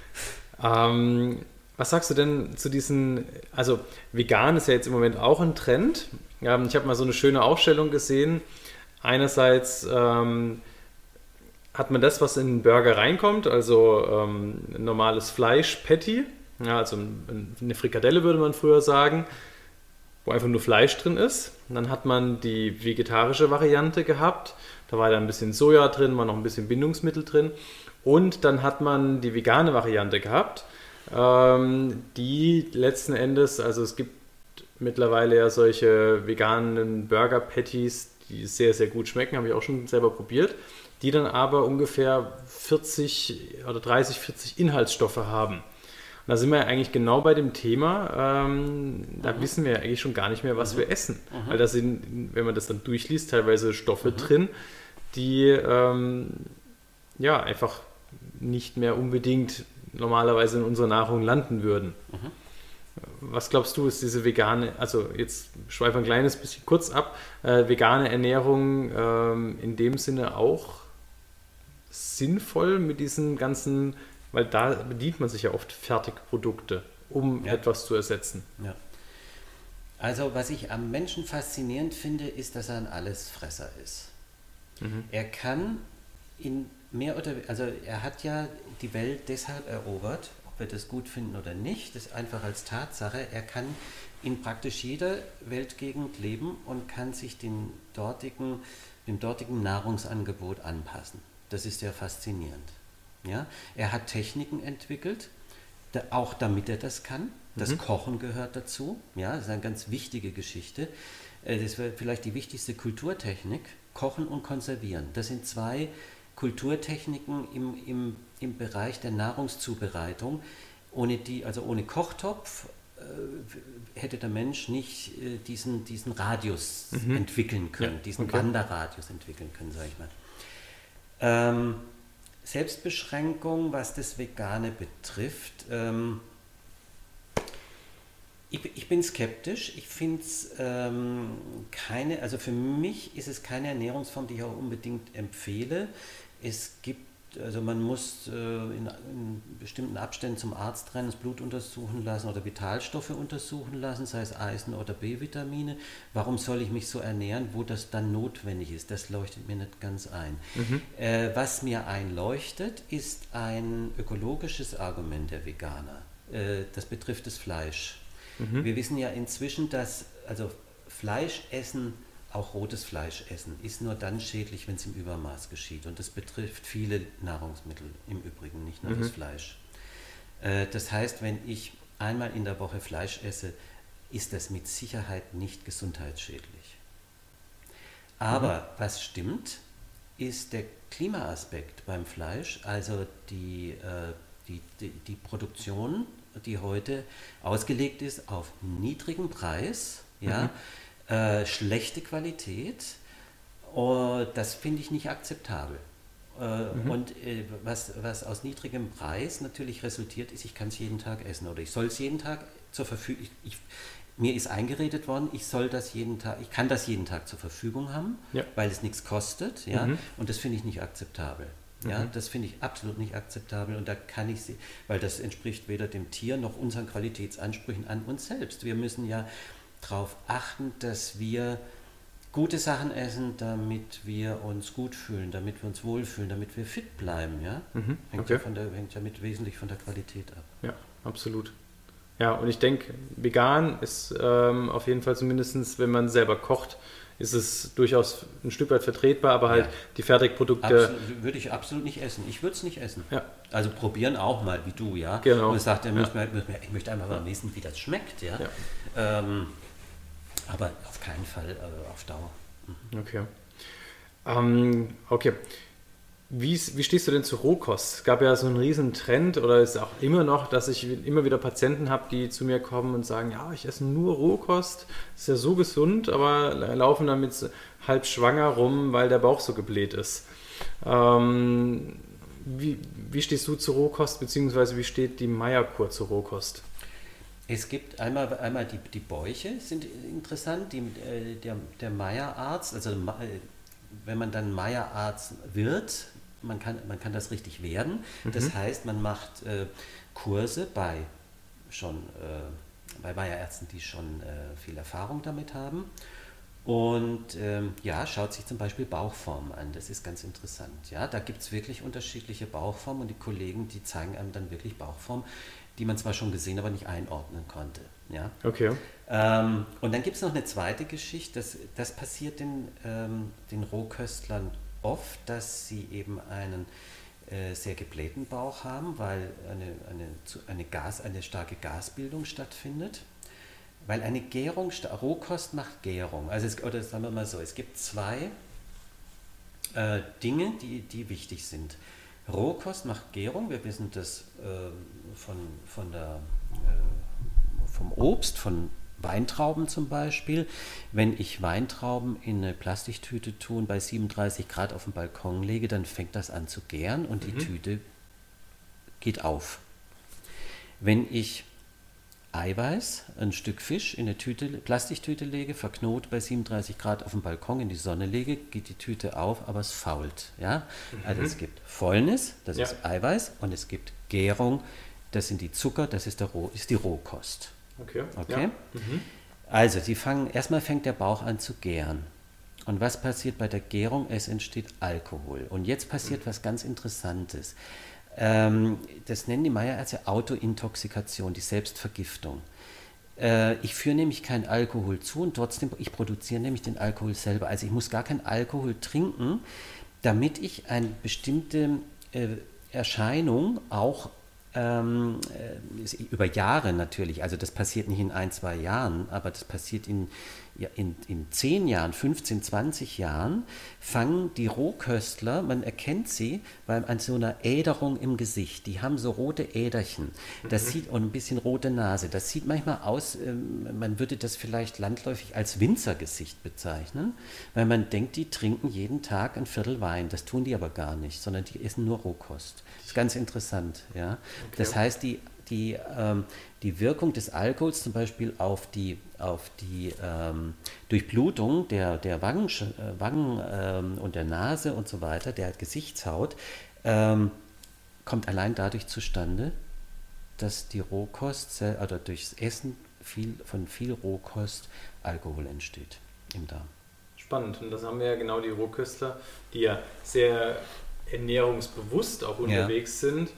Ähm, was sagst du denn zu diesen, also vegan ist ja jetzt im Moment auch ein Trend. Ähm, ich habe mal so eine schöne Aufstellung gesehen. Einerseits ähm, hat man das, was in den Burger reinkommt, also ähm, ein normales Fleisch-Patty, ja, also eine Frikadelle würde man früher sagen, wo einfach nur Fleisch drin ist. Und dann hat man die vegetarische Variante gehabt, da war da ein bisschen Soja drin, war noch ein bisschen Bindungsmittel drin. Und dann hat man die vegane Variante gehabt, ähm, die letzten Endes, also es gibt mittlerweile ja solche veganen Burger-Patties, die sehr, sehr gut schmecken, habe ich auch schon selber probiert, die dann aber ungefähr vierzig oder dreißig, vierzig Inhaltsstoffe haben. Und da sind wir ja eigentlich genau bei dem Thema, ähm, da mhm. wissen wir ja eigentlich schon gar nicht mehr, was mhm. wir essen. Mhm. Weil da sind, wenn man das dann durchliest, teilweise Stoffe mhm. drin, die ähm, ja einfach nicht mehr unbedingt normalerweise in unserer Nahrung landen würden. Mhm. Was glaubst du, ist diese vegane, also jetzt schweife ein kleines bisschen kurz ab, äh, vegane Ernährung ähm, in dem Sinne auch sinnvoll mit diesen ganzen, weil da bedient man sich ja oft Fertigprodukte, um ja. etwas zu ersetzen. Ja. Also was ich am Menschen faszinierend finde, ist, dass er ein Allesfresser ist. Mhm. Er kann in mehr oder also er hat ja die Welt deshalb erobert, ob wir das gut finden oder nicht, das ist einfach als Tatsache, er kann in praktisch jeder Weltgegend leben und kann sich den dortigen, dem dortigen Nahrungsangebot anpassen. Das ist ja faszinierend. Ja? Er hat Techniken entwickelt, da, auch damit er das kann. Das mhm. Kochen gehört dazu. Ja, das ist eine ganz wichtige Geschichte. Das wäre vielleicht die wichtigste Kulturtechnik, Kochen und Konservieren. Das sind zwei Kulturtechniken im, im, im Bereich der Nahrungszubereitung. Ohne die, also ohne Kochtopf äh, hätte der Mensch nicht äh, diesen, diesen Radius mhm. entwickeln können, ja, diesen okay. Wanderradius entwickeln können, sage ich mal. Ähm, Selbstbeschränkung, was das Vegane betrifft, ähm, ich, ich bin skeptisch. Ich finde es ähm, keine, also für mich ist es keine Ernährungsform, die ich auch unbedingt empfehle. Es gibt, also man muss äh, in, in bestimmten Abständen zum Arzt rennen, das Blut untersuchen lassen oder Vitalstoffe untersuchen lassen, sei es Eisen oder B-Vitamine. Warum soll ich mich so ernähren, wo das dann notwendig ist? Das leuchtet mir nicht ganz ein. Mhm. Äh, was mir einleuchtet, ist ein ökologisches Argument der Veganer. Äh, das betrifft das Fleisch. Mhm. Wir wissen ja inzwischen, dass also Fleisch essen, auch rotes Fleisch essen, ist nur dann schädlich, wenn es im Übermaß geschieht. Und das betrifft viele Nahrungsmittel im Übrigen, nicht nur mhm. das Fleisch. Äh, das heißt, wenn ich einmal in der Woche Fleisch esse, ist das mit Sicherheit nicht gesundheitsschädlich. Aber mhm. was stimmt, ist der Klimaaspekt beim Fleisch, also die, äh, die, die, die Produktion, die heute ausgelegt ist auf niedrigen Preis, ja, mhm. Äh, schlechte Qualität, uh, das finde ich nicht akzeptabel. Uh, mhm. Und äh, was, was aus niedrigem Preis natürlich resultiert ist, ich kann es jeden Tag essen oder ich soll es jeden Tag zur Verfügung. Ich, mir ist eingeredet worden, ich soll das jeden Tag, ich kann das jeden Tag zur Verfügung haben, Ja. weil es nichts kostet, ja, Mhm. und das finde ich nicht akzeptabel. Ja, Mhm. das finde ich absolut nicht akzeptabel und da kann ich sie, weil das entspricht weder dem Tier noch unseren Qualitätsansprüchen an uns selbst. Wir müssen ja darauf achten, dass wir gute Sachen essen, damit wir uns gut fühlen, damit wir uns wohlfühlen, damit wir fit bleiben. Ja? Mhm. Hängt, Okay. ja von der, hängt ja mit wesentlich von der Qualität ab. Ja, absolut. Ja, und ich denke, vegan ist ähm, auf jeden Fall zumindest, wenn man selber kocht, ist es durchaus ein Stück weit vertretbar, aber halt Ja. die Fertigprodukte... Absolut, würde ich absolut nicht essen. Ich würde es nicht essen. Ja. Also probieren auch mal, wie du, ja. Genau. Und sagt, er Ja. muss mir, muss mir, ich möchte einfach mal wissen, wie das schmeckt, ja. Ja. Ähm, aber auf keinen Fall äh, auf Dauer. Okay. Ähm, okay. Wie, wie stehst du denn zu Rohkost? Es gab ja so einen riesen Trend oder ist auch immer noch, dass ich immer wieder Patienten habe, die zu mir kommen und sagen, ja, ich esse nur Rohkost, ist ja so gesund, aber laufen damit halb schwanger rum, weil der Bauch so gebläht ist. Ähm, wie, wie stehst du zu Rohkost, beziehungsweise wie steht die Meyer-Kur zu Rohkost? Es gibt einmal, einmal die, die Bäuche, sind interessant, die, äh, der, der Meyer-Arzt, also äh, wenn man dann Meyer-Arzt wird, man kann, man kann das richtig werden. Mhm. Das heißt, man macht äh, Kurse bei schon äh, bei Meyer-Ärzten, die schon äh, viel Erfahrung damit haben. Und ähm, ja, schaut sich zum Beispiel Bauchformen an. Das ist ganz interessant. Ja, da gibt es wirklich unterschiedliche Bauchformen und die Kollegen, die zeigen einem dann wirklich Bauchformen, die man zwar schon gesehen, aber nicht einordnen konnte. Ja? Okay. Ähm, und dann gibt es noch eine zweite Geschichte, das, das passiert den, ähm, den Rohköstlern oft, dass sie eben einen äh, sehr geblähten Bauch haben, weil eine, eine, eine, Gas, eine starke Gasbildung stattfindet. Weil eine Gärung, Rohkost macht Gärung. Also es, oder sagen wir mal so, es gibt zwei äh, Dinge, die, die wichtig sind. Rohkost macht Gärung, wir wissen das äh, von, von der, äh, vom Obst, von Weintrauben zum Beispiel. Wenn ich Weintrauben in eine Plastiktüte tue und bei siebenunddreißig Grad auf den Balkon lege, dann fängt das an zu gären und mhm. die Tüte geht auf. Wenn ich Eiweiß, ein Stück Fisch in eine Tüte, Plastiktüte lege, verknote bei siebenunddreißig Grad auf dem Balkon in die Sonne lege, geht die Tüte auf, aber es fault. Ja? Mhm. Also es gibt Fäulnis, das ja. ist Eiweiß, und es gibt Gärung, das sind die Zucker, das ist, der Roh, ist die Rohkost. Okay. Okay? Ja. Mhm. Also die fangen, erstmal fängt der Bauch an zu gären. Und was passiert bei der Gärung? Es entsteht Alkohol. Und jetzt passiert mhm. was ganz Interessantes. Das nennen die Meyer-Ärzte Autointoxikation, die Selbstvergiftung. Ich führe nämlich keinen Alkohol zu und trotzdem, ich produziere nämlich den Alkohol selber. Also ich muss gar keinen Alkohol trinken, damit ich eine bestimmte Erscheinung auch ähm, über Jahre natürlich, also das passiert nicht in ein, zwei Jahren, aber das passiert in, ja, in, in zehn Jahren, fünfzehn, zwanzig Jahren, fangen die Rohköstler, man erkennt sie, weil an so einer Äderung im Gesicht, die haben so rote Äderchen, das mhm. sieht, und ein bisschen rote Nase, das sieht manchmal aus, ähm, man würde das vielleicht landläufig als Winzergesicht bezeichnen, weil man denkt, die trinken jeden Tag ein Viertel Wein, das tun die aber gar nicht, sondern die essen nur Rohkost. Das ist ganz interessant, ja. Okay. Das heißt, die Die, ähm, die Wirkung des Alkohols zum Beispiel auf die, auf die ähm, Durchblutung der, der Wangen, äh, Wangen ähm, und der Nase und so weiter, der Gesichtshaut, ähm, kommt allein dadurch zustande, dass die Rohkost oder durchs Essen viel, von viel Rohkost Alkohol entsteht im Darm. Spannend. Und das haben wir ja genau die Rohköstler, die ja sehr ernährungsbewusst auch unterwegs ja. sind.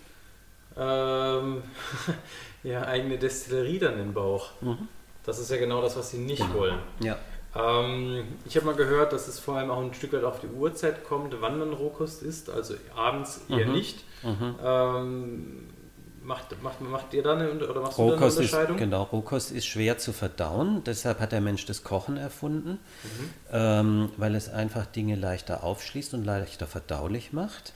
Ähm, ja, eigene Destillerie dann im Bauch. Mhm. Das ist ja genau das, was sie nicht genau. wollen. Ja. Ähm, ich habe mal gehört, dass es vor allem auch ein Stück weit auf die Uhrzeit kommt, wann man Rohkost isst, also abends eher mhm. nicht. Mhm. Ähm, macht, macht, macht ihr da eine, oder machst du da eine Unterscheidung? Ist, genau, Rohkost ist schwer zu verdauen, deshalb hat der Mensch das Kochen erfunden, mhm. ähm, weil es einfach Dinge leichter aufschließt und leichter verdaulich macht.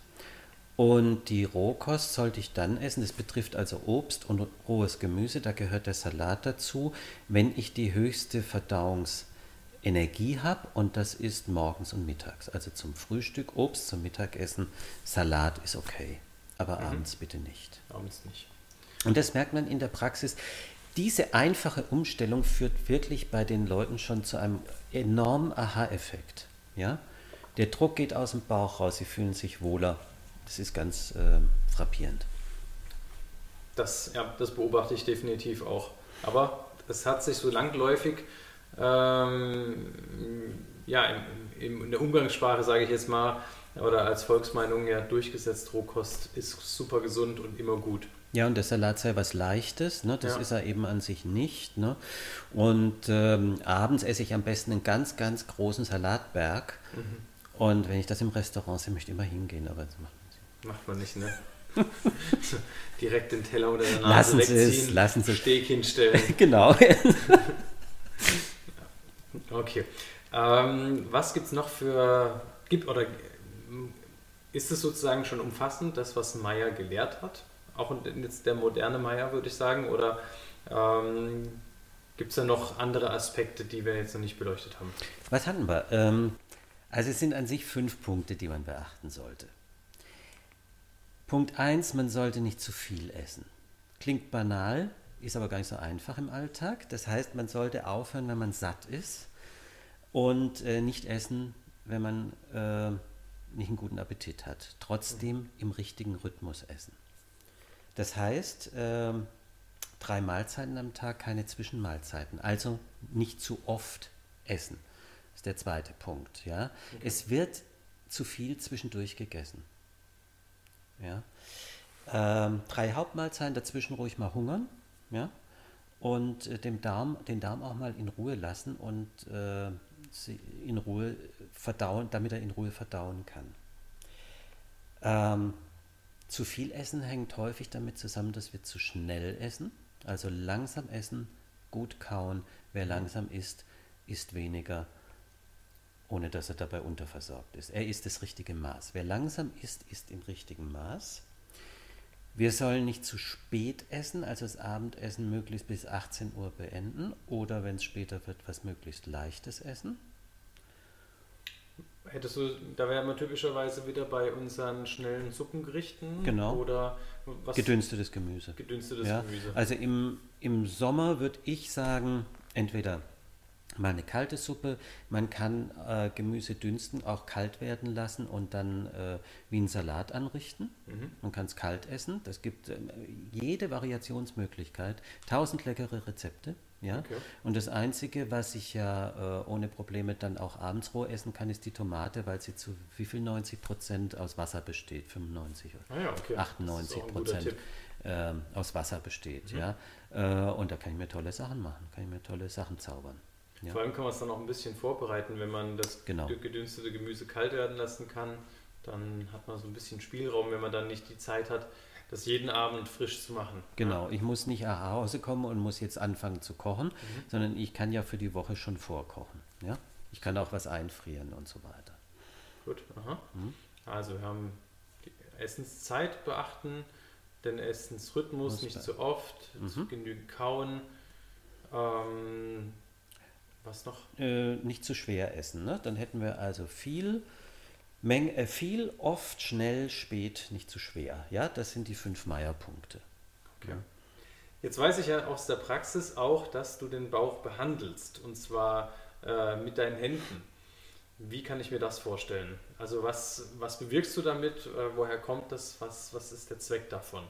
Und die Rohkost sollte ich dann essen, das betrifft also Obst und rohes Gemüse, da gehört der Salat dazu, wenn ich die höchste Verdauungsenergie habe, und das ist morgens und mittags. Also zum Frühstück Obst, zum Mittagessen Salat ist okay, aber mhm. abends bitte nicht. Abends nicht. Und das merkt man in der Praxis. diese einfache Umstellung führt wirklich bei den Leuten schon zu einem enormen Aha-Effekt. Ja? Der Druck geht aus dem Bauch raus, sie fühlen sich wohler. Das ist ganz äh, frappierend. Das, ja, das beobachte ich definitiv auch. Aber es hat sich so langläufig, ähm, ja, in, in der Umgangssprache sage ich jetzt mal, oder als Volksmeinung ja durchgesetzt, Rohkost ist super gesund und immer gut. Ja, und der Salat sei was Leichtes, ne? Das Ja. ist er eben an sich nicht. Ne? Und ähm, abends esse ich am besten einen ganz, ganz großen Salatberg. Mhm. Und wenn ich das im Restaurant sehe, möchte ich immer hingehen, aber das macht man Macht man nicht, ne? Direkt den Teller oder der Nase lassen wegziehen, Sie es, lassen Sie es. Steak hinstellen. Genau. Okay. Ähm, was gibt es noch für, gibt oder ist es sozusagen schon umfassend, das, was Meyer gelehrt hat? Auch jetzt der moderne Meyer, würde ich sagen, oder ähm, gibt es da noch andere Aspekte, die wir jetzt noch nicht beleuchtet haben? Was hatten wir? Ähm, also es sind an sich fünf Punkte, die man beachten sollte. Punkt eins, man sollte nicht zu viel essen. Klingt banal, ist aber gar nicht so einfach im Alltag. Das heißt, man sollte aufhören, wenn man satt ist und äh, nicht essen, wenn man äh, nicht einen guten Appetit hat. Trotzdem im richtigen Rhythmus essen. Das heißt, äh, drei Mahlzeiten am Tag, keine Zwischenmahlzeiten. Also nicht zu oft essen. Das ist der zweite Punkt. Ja? Okay. Es wird zu viel zwischendurch gegessen. Ja? Ähm, drei Hauptmahlzeiten, dazwischen ruhig mal hungern. Ja? Und äh, dem Darm, den Darm auch mal in Ruhe lassen und äh, in Ruhe verdauen, damit er in Ruhe verdauen kann. Ähm, Zu viel Essen hängt häufig damit zusammen, dass wir zu schnell essen. Also langsam essen, gut kauen. Wer langsam isst, isst weniger, ohne dass er dabei unterversorgt ist. Er isst das richtige Maß. Wer langsam isst, isst im richtigen Maß. Wir sollen nicht zu spät essen, also das Abendessen möglichst bis achtzehn Uhr beenden. Oder wenn es später wird, was möglichst Leichtes essen. Hättest du, da wären wir typischerweise wieder bei unseren schnellen Suppengerichten. Genau. Oder was? Gedünstetes Gemüse. Gedünstetes ja? Gemüse. Also im, im Sommer würde ich sagen, entweder mal eine kalte Suppe, man kann äh, Gemüse dünsten, auch kalt werden lassen und dann äh, wie einen Salat anrichten. Mhm. Man kann es kalt essen. Das gibt äh, jede Variationsmöglichkeit, tausend leckere Rezepte. Ja? Okay. Und das Einzige, was ich ja äh, ohne Probleme dann auch abends roh essen kann, ist die Tomate, weil sie zu wie viel neunzig Prozent aus Wasser besteht, fünfundneunzig oder ah ja, okay. achtundneunzig Prozent äh, aus Wasser besteht. Mhm. Ja? Äh, und da kann ich mir tolle Sachen machen, kann ich mir tolle Sachen zaubern. Ja. Vor allem kann man es dann auch ein bisschen vorbereiten, wenn man das genau. gedünstete Gemüse kalt werden lassen kann, dann hat man so ein bisschen Spielraum, wenn man dann nicht die Zeit hat, das jeden Abend frisch zu machen. Genau, ja. Ich muss nicht nach Hause kommen und muss jetzt anfangen zu kochen, mhm. sondern ich kann ja für die Woche schon vorkochen. Ja? Ich kann auch was einfrieren und so weiter. Gut, aha. Mhm. Also wir haben die Essenszeit beachten, den Essensrhythmus muss nicht da. zu oft, mhm. genügend kauen. Ähm, was noch? Äh, nicht zu schwer essen. Ne? Dann hätten wir also viel, Menge, äh, viel, oft, schnell, spät, nicht zu schwer. Ja, das sind die fünf Meyer-Punkte. Okay. Ja. Jetzt weiß ich ja aus der Praxis auch, dass du den Bauch behandelst und zwar äh, mit deinen Händen. Wie kann ich mir das vorstellen? Also was, was bewirkst du damit? Äh, woher kommt das? Was, was ist der Zweck davon?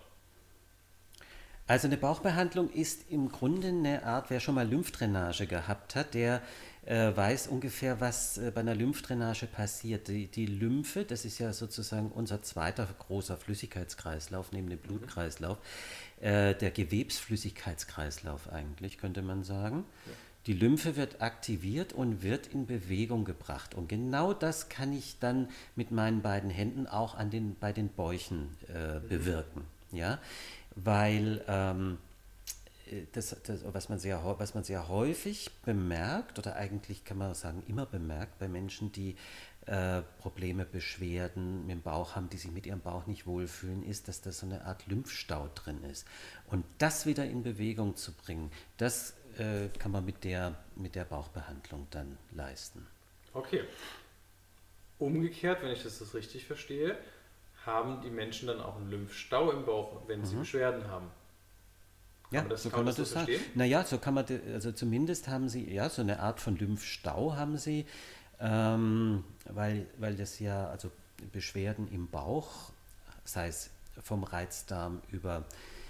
Also eine Bauchbehandlung ist im Grunde eine Art, wer schon mal Lymphdrainage gehabt hat, der äh, weiß ungefähr, was äh, bei einer Lymphdrainage passiert. Die, die Lymphe, das ist ja sozusagen unser zweiter großer Flüssigkeitskreislauf neben dem Blutkreislauf, äh, der Gewebsflüssigkeitskreislauf eigentlich, könnte man sagen. Ja. Die Lymphe wird aktiviert und wird in Bewegung gebracht. Und genau das kann ich dann mit meinen beiden Händen auch an den, bei den Bäuchen äh, bewirken. Ja? Weil ähm, das, das, was, man sehr, was man sehr häufig bemerkt, oder eigentlich kann man sagen immer bemerkt, bei Menschen, die äh, Probleme, Beschwerden mit dem Bauch haben, die sich mit ihrem Bauch nicht wohlfühlen, ist, dass da so eine Art Lymphstau drin ist. Und das wieder in Bewegung zu bringen, das äh, kann man mit der, mit der Bauchbehandlung dann leisten. Okay. Umgekehrt, wenn ich das, das richtig verstehe, haben die Menschen dann auch einen Lymphstau im Bauch, wenn sie mhm. Beschwerden haben? Ja, das, so kann kann man das das so sagen. verstehen? Naja, so kann man, das, also zumindest haben sie, ja, so eine Art von Lymphstau haben sie, ähm, weil, weil das ja, also Beschwerden im Bauch, sei es vom Reizdarm über,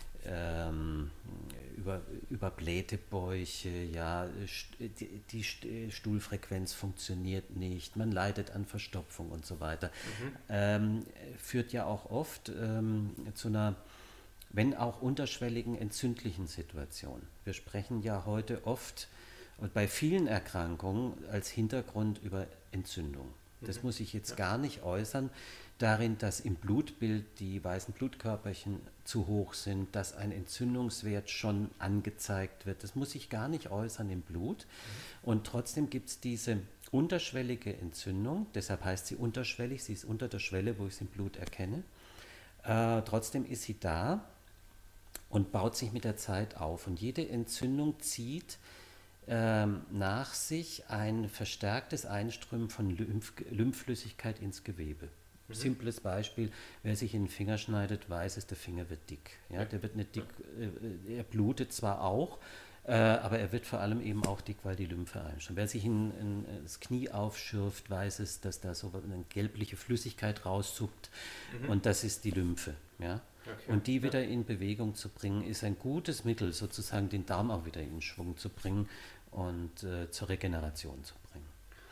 ähm, über, über Blähbäuche, ja, die, die Stuhlfrequenz funktioniert nicht, man leidet an Verstopfung und so weiter, Mhm. ähm, führt ja auch oft ähm, zu einer, wenn auch unterschwelligen entzündlichen Situation. Wir sprechen ja heute oft und bei vielen Erkrankungen als Hintergrund über Entzündung. Das Mhm. muss ich jetzt Ja. gar nicht äußern, darin, dass im Blutbild die weißen Blutkörperchen zu hoch sind, dass ein Entzündungswert schon angezeigt wird. Das muss ich gar nicht äußern im Blut. Und trotzdem gibt es diese unterschwellige Entzündung, deshalb heißt sie unterschwellig, sie ist unter der Schwelle, wo ich es im Blut erkenne. Äh, trotzdem ist sie da und baut sich mit der Zeit auf. Und jede Entzündung zieht ähm, nach sich ein verstärktes Einströmen von Lymph Lymphflüssigkeit ins Gewebe. Mhm. Simples Beispiel, wer sich in den Finger schneidet, weiß es, der Finger wird dick. Ja, der wird nicht dick, äh, er blutet zwar auch, äh, aber er wird vor allem eben auch dick, weil die Lymphe einströmt. Wer sich in, in, das Knie aufschürft, weiß es, dass da so eine gelbliche Flüssigkeit rauszuppt, mhm. und das ist die Lymphe. Ja? Okay. Und die wieder ja. in Bewegung zu bringen, ist ein gutes Mittel, sozusagen den Darm auch wieder in Schwung zu bringen und äh, zur Regeneration zu bringen.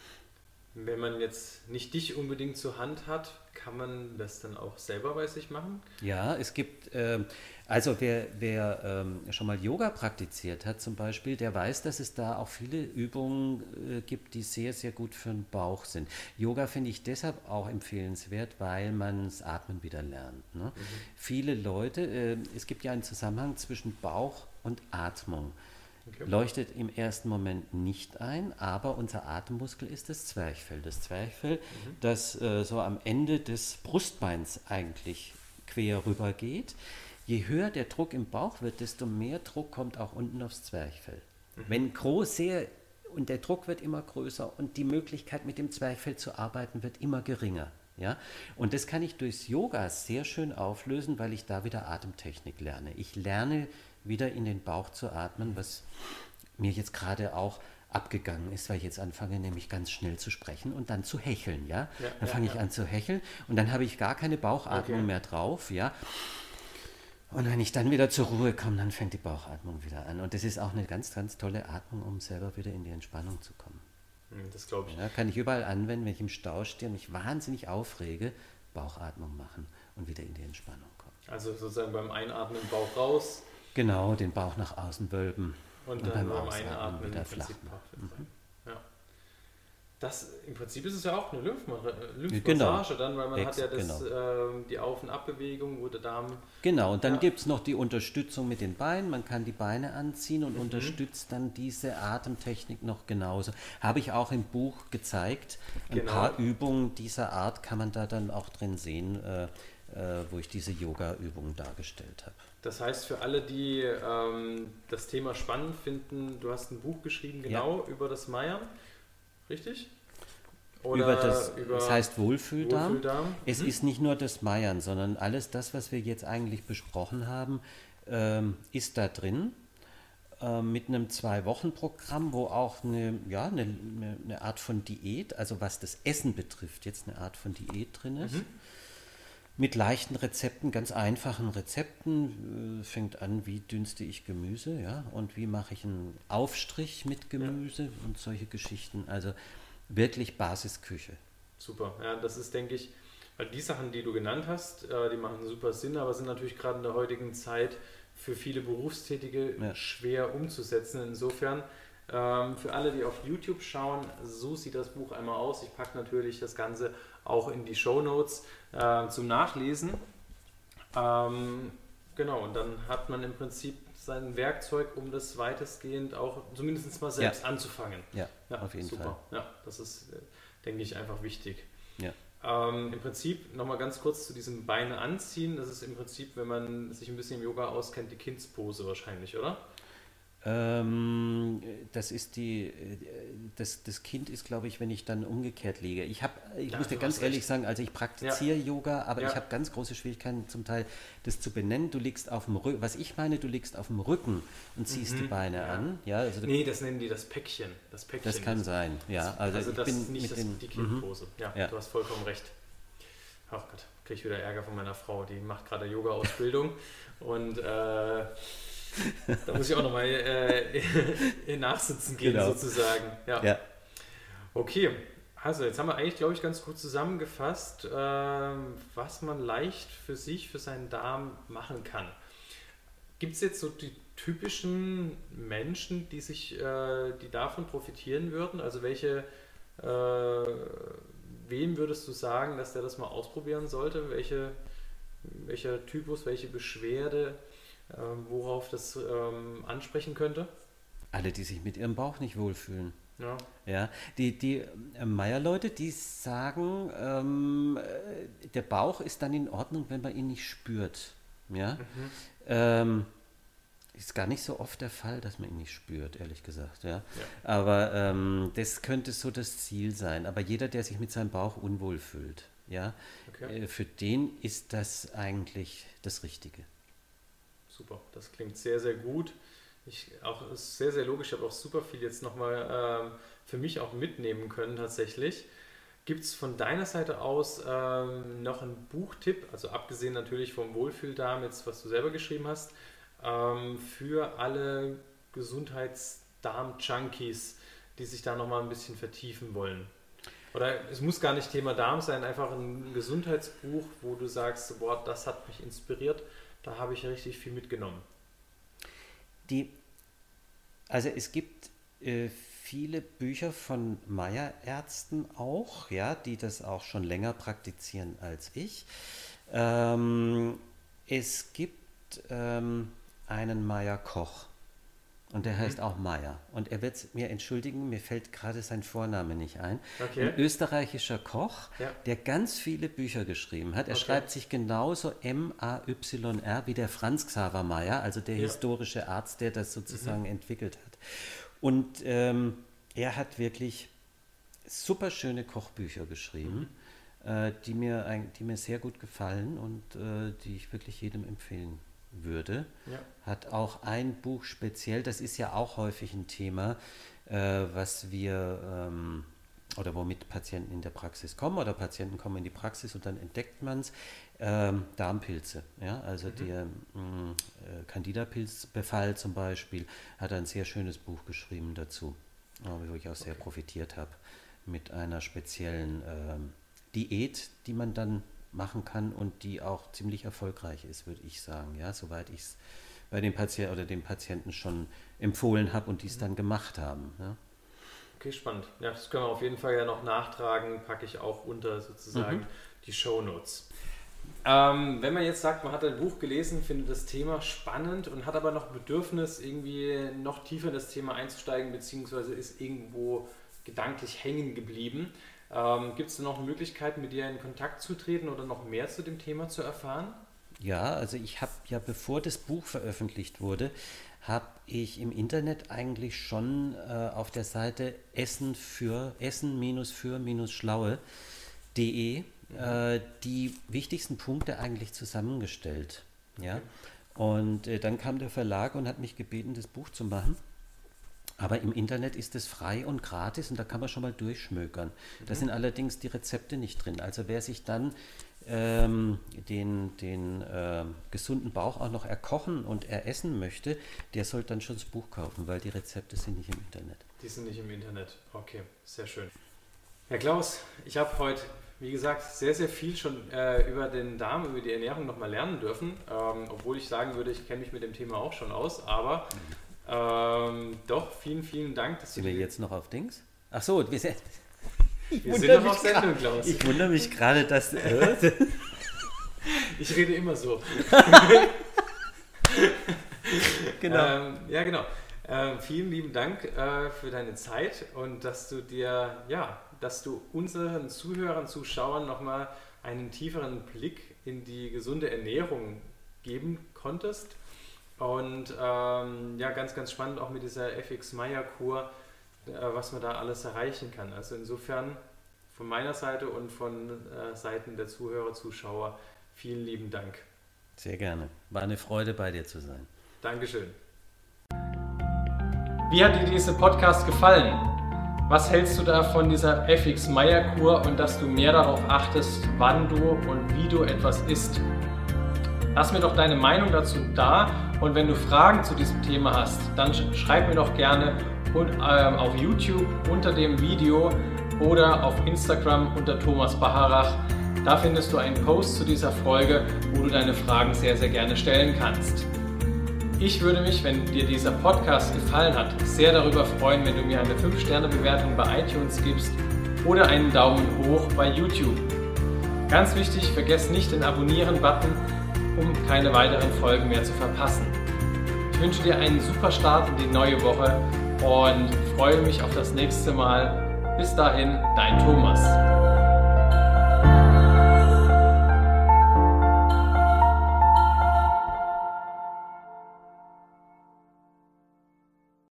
Wenn man jetzt nicht dich unbedingt zur Hand hat, kann man das dann auch selber bei sich machen? Ja, es gibt, äh, also wer, wer ähm, schon mal Yoga praktiziert hat zum Beispiel, der weiß, dass es da auch viele Übungen äh, gibt, die sehr, sehr gut für den Bauch sind. Yoga finde ich deshalb auch empfehlenswert, weil man das Atmen wieder lernt. Ne? Mhm. Viele Leute, äh, es gibt ja einen Zusammenhang zwischen Bauch und Atmung. Okay. Leuchtet im ersten Moment nicht ein, aber unser Atemmuskel ist das Zwerchfell. Das Zwerchfell, mhm. das äh, so am Ende des Brustbeins eigentlich quer rüber geht. Je höher der Druck im Bauch wird, desto mehr Druck kommt auch unten aufs Zwerchfell. Mhm. Wenn groß, sehr, und der Druck wird immer größer und die Möglichkeit mit dem Zwerchfell zu arbeiten wird immer geringer. Ja? Und das kann ich durchs Yoga sehr schön auflösen, weil ich da wieder Atemtechnik lerne. Ich lerne wieder in den Bauch zu atmen, was mir jetzt gerade auch abgegangen ist, weil ich jetzt anfange, nämlich ganz schnell zu sprechen und dann zu hecheln. Ja? Ja, dann fange ja, ich ja. an zu hecheln und dann habe ich gar keine Bauchatmung okay. mehr drauf. Ja? Und wenn ich dann wieder zur Ruhe komme, dann fängt die Bauchatmung wieder an. Und das ist auch eine ganz, ganz tolle Atmung, um selber wieder in die Entspannung zu kommen. Das glaube ich. Ja, kann ich überall anwenden, wenn ich im Stau stehe und mich wahnsinnig aufrege, Bauchatmung machen und wieder in die Entspannung kommen. Also sozusagen beim Einatmen Bauch raus. Genau, den Bauch nach außen wölben und, und dann beim Einatmen wieder flach machen. Mhm. Ja. Das, im Prinzip ist es ja auch eine Lymphmassage genau. dann, weil man Ex, hat ja das, genau. äh, die Auf- und Abbewegung, wo der Darm... Genau, und dann ja. gibt es noch die Unterstützung mit den Beinen, man kann die Beine anziehen und mhm. unterstützt dann diese Atemtechnik noch genauso. Habe ich auch im Buch gezeigt, ein genau. paar Übungen dieser Art kann man da dann auch drin sehen, äh, äh, wo ich diese Yoga-Übungen dargestellt habe. Das heißt, für alle, die ähm, das Thema spannend finden, du hast ein Buch geschrieben, genau, ja. über das Meiern. Richtig? Oder über das, über das heißt Wohlfühldarm. Wohlfühldarm. Es mhm. ist nicht nur das Meiern, sondern alles das, was wir jetzt eigentlich besprochen haben, ähm, ist da drin. Äh, mit einem Zwei-Wochen-Programm, wo auch eine, ja, eine, eine Art von Diät, also was das Essen betrifft, jetzt eine Art von Diät drin ist. Mhm. Mit leichten Rezepten, ganz einfachen Rezepten, äh, fängt an, wie dünste ich Gemüse, ja, und wie mache ich einen Aufstrich mit Gemüse ja. und solche Geschichten. Also wirklich Basisküche. Super, ja, das ist, denke ich, weil die Sachen, die du genannt hast, äh, die machen super Sinn, aber sind natürlich gerade in der heutigen Zeit für viele Berufstätige ja. schwer umzusetzen. Insofern, ähm, für alle, die auf YouTube schauen, so sieht das Buch einmal aus. Ich packe natürlich das Ganze auch in die Shownotes äh, zum Nachlesen. Ähm, genau, und dann hat man im Prinzip sein Werkzeug, um das weitestgehend auch zumindest mal selbst ja. anzufangen. Ja, ja, auf jeden super. Fall. Ja, das ist, denke ich, einfach wichtig. Ja. Ähm, Im Prinzip, nochmal ganz kurz zu diesem Beine anziehen, das ist im Prinzip, wenn man sich ein bisschen im Yoga auskennt, die Kindspose wahrscheinlich, oder? Ähm, das ist die, das, das Kind ist, glaube ich, wenn ich dann umgekehrt liege. Ich, hab, ich Ja, muss dir du ganz hast ehrlich recht. sagen, also ich praktiziere Yoga, aber Ja. ich habe ganz große Schwierigkeiten zum Teil, das zu benennen. Du liegst auf dem Rücken, was ich meine, du liegst auf dem Rücken und ziehst die Beine ja. an. Ja, also du, Nee, das nennen die das Päckchen. Das Päckchen. das kann sein, ja. Also, Also ich das bin ist nicht mit das, den, die Kindpose. Ja, Ja. du hast vollkommen recht. Ach Gott, kriege ich wieder Ärger von meiner Frau. Die macht gerade Yoga-Ausbildung und äh, da muss ich auch nochmal äh, nachsitzen gehen Genau. sozusagen. Ja. ja. Okay, also jetzt haben wir eigentlich, glaube ich, ganz gut zusammengefasst, ähm, was man leicht für sich, für seinen Darm machen kann. Gibt es jetzt so die typischen Menschen, die sich, äh, die davon profitieren würden? Also welche, äh, wem würdest du sagen, dass der das mal ausprobieren sollte? Welche, welcher Typus, welche Beschwerde, äh, worauf das ähm, ansprechen könnte? Alle, die sich mit ihrem Bauch nicht wohlfühlen. Ja. Ja, die, die äh, Meyer-Leute, die sagen, ähm, äh, der Bauch ist dann in Ordnung, wenn man ihn nicht spürt. Ja, Mhm. ähm, ist gar nicht so oft der Fall, dass man ihn nicht spürt, ehrlich gesagt. Ja, Ja. aber ähm, das könnte so das Ziel sein. Aber jeder, der sich mit seinem Bauch unwohl fühlt, ja, Okay. äh, für den ist das eigentlich das Richtige. Super, das klingt sehr, sehr gut. Ich, auch ist sehr, sehr logisch. Ich habe auch super viel jetzt nochmal ähm, für mich auch mitnehmen können tatsächlich. Gibt es von deiner Seite aus ähm, noch einen Buchtipp, also abgesehen natürlich vom Wohlfühldarm, jetzt was du selber geschrieben hast, ähm, für alle Gesundheitsdarm-Junkies, die sich da nochmal ein bisschen vertiefen wollen? Oder es muss gar nicht Thema Darm sein, einfach ein Gesundheitsbuch, wo du sagst, boah, das hat mich inspiriert, da habe ich richtig viel mitgenommen. Die, also es gibt äh, viele Bücher von Meyer-Ärzten auch, ja, die das auch schon länger praktizieren als ich. Ähm, es gibt ähm, einen Meyer-Koch und der heißt auch Meyer. Und er wird mir entschuldigen, mir fällt gerade sein Vorname nicht ein. Okay. Ein österreichischer Koch, Ja. der ganz viele Bücher geschrieben hat. Er Okay. schreibt sich genauso M A Y R wie der Franz Xaver Meyer, also der Ja. historische Arzt, der das sozusagen entwickelt hat. Und ähm, er hat wirklich super schöne Kochbücher geschrieben, äh, die, mir, ein- die mir sehr gut gefallen und äh, die ich wirklich jedem empfehlen würde. Ja. Hat auch ein Buch speziell, das ist ja auch häufig ein Thema, äh, was wir ähm, oder womit Patienten in der Praxis kommen oder Patienten kommen in die Praxis und dann entdeckt man es, ähm, Darmpilze. Ja? Also der mh, äh, Candida-Pilzbefall zum Beispiel hat ein sehr schönes Buch geschrieben dazu, äh, wo ich auch sehr Okay. profitiert habe mit einer speziellen ähm, Diät, die man dann machen kann und die auch ziemlich erfolgreich ist, würde ich sagen, ja, soweit ich es bei den Patienten oder den Patienten schon empfohlen habe und die es dann gemacht haben. Ja. Okay, spannend. Ja, das können wir auf jeden Fall ja noch nachtragen, packe ich auch unter sozusagen Mhm. die Shownotes. Ähm, wenn man jetzt sagt, man hat ein Buch gelesen, findet das Thema spannend und hat aber noch Bedürfnis, irgendwie noch tiefer in das Thema einzusteigen, beziehungsweise ist irgendwo gedanklich hängen geblieben, ähm, gibt es da noch Möglichkeiten, mit dir in Kontakt zu treten oder noch mehr zu dem Thema zu erfahren? Ja, also ich habe ja, bevor das Buch veröffentlicht wurde, habe ich im Internet eigentlich schon äh, auf der Seite Essen für essen-für-schlaue punkt de äh, die wichtigsten Punkte eigentlich zusammengestellt. Ja? Und äh, dann kam der Verlag und hat mich gebeten, das Buch zu machen. Aber im Internet ist es frei und gratis und da kann man schon mal durchschmökern. Da sind allerdings die Rezepte nicht drin. Also wer sich dann ähm, den, den äh, gesunden Bauch auch noch erkochen und eressen möchte, der sollte dann schon das Buch kaufen, weil die Rezepte sind nicht im Internet. Die sind nicht im Internet. Okay, sehr schön. Herr Klaus, ich habe heute, wie gesagt, sehr, sehr viel schon äh, über den Darm, über die Ernährung nochmal lernen dürfen. Ähm, obwohl ich sagen würde, ich kenne mich mit dem Thema auch schon aus. Aber ähm, doch, vielen, vielen Dank, dass Sind du wir dir- jetzt noch auf Dings? Ach so, wir sind, ich Wir wundere sind noch mich auf Sendung, grad- Klaus. Ich wundere mich gerade, dass... Äh, Ich rede immer so. genau. Ähm, ja, genau. Ähm, vielen lieben Dank äh, für deine Zeit und dass du dir, ja, dass du unseren Zuhörern, Zuschauern nochmal einen tieferen Blick in die gesunde Ernährung geben konntest. Und ähm, ja, ganz, ganz spannend auch mit dieser F X Meyer Kur. was man da alles erreichen kann. Also insofern von meiner Seite und von äh, Seiten der Zuhörer, Zuschauer, vielen lieben Dank. Sehr gerne. War eine Freude, bei dir zu sein. Dankeschön. Wie hat dir dieser Podcast gefallen? Was hältst du da von dieser F X-Meyer-Kur und dass du mehr darauf achtest, wann du und wie du etwas isst? Lass mir doch deine Meinung dazu da und wenn du Fragen zu diesem Thema hast, dann schreib mir doch gerne und, ähm, auf YouTube unter dem Video oder auf Instagram unter Thomas Bacharach. Da findest du einen Post zu dieser Folge, wo du deine Fragen sehr, sehr gerne stellen kannst. Ich würde mich, wenn dir dieser Podcast gefallen hat, sehr darüber freuen, wenn du mir eine fünf Sterne Bewertung bei iTunes gibst oder einen Daumen hoch bei YouTube. Ganz wichtig, vergiss nicht den Abonnieren-Button, um keine weiteren Folgen mehr zu verpassen. Ich wünsche dir einen super Start in die neue Woche und freue mich auf das nächste Mal. Bis dahin, dein Thomas.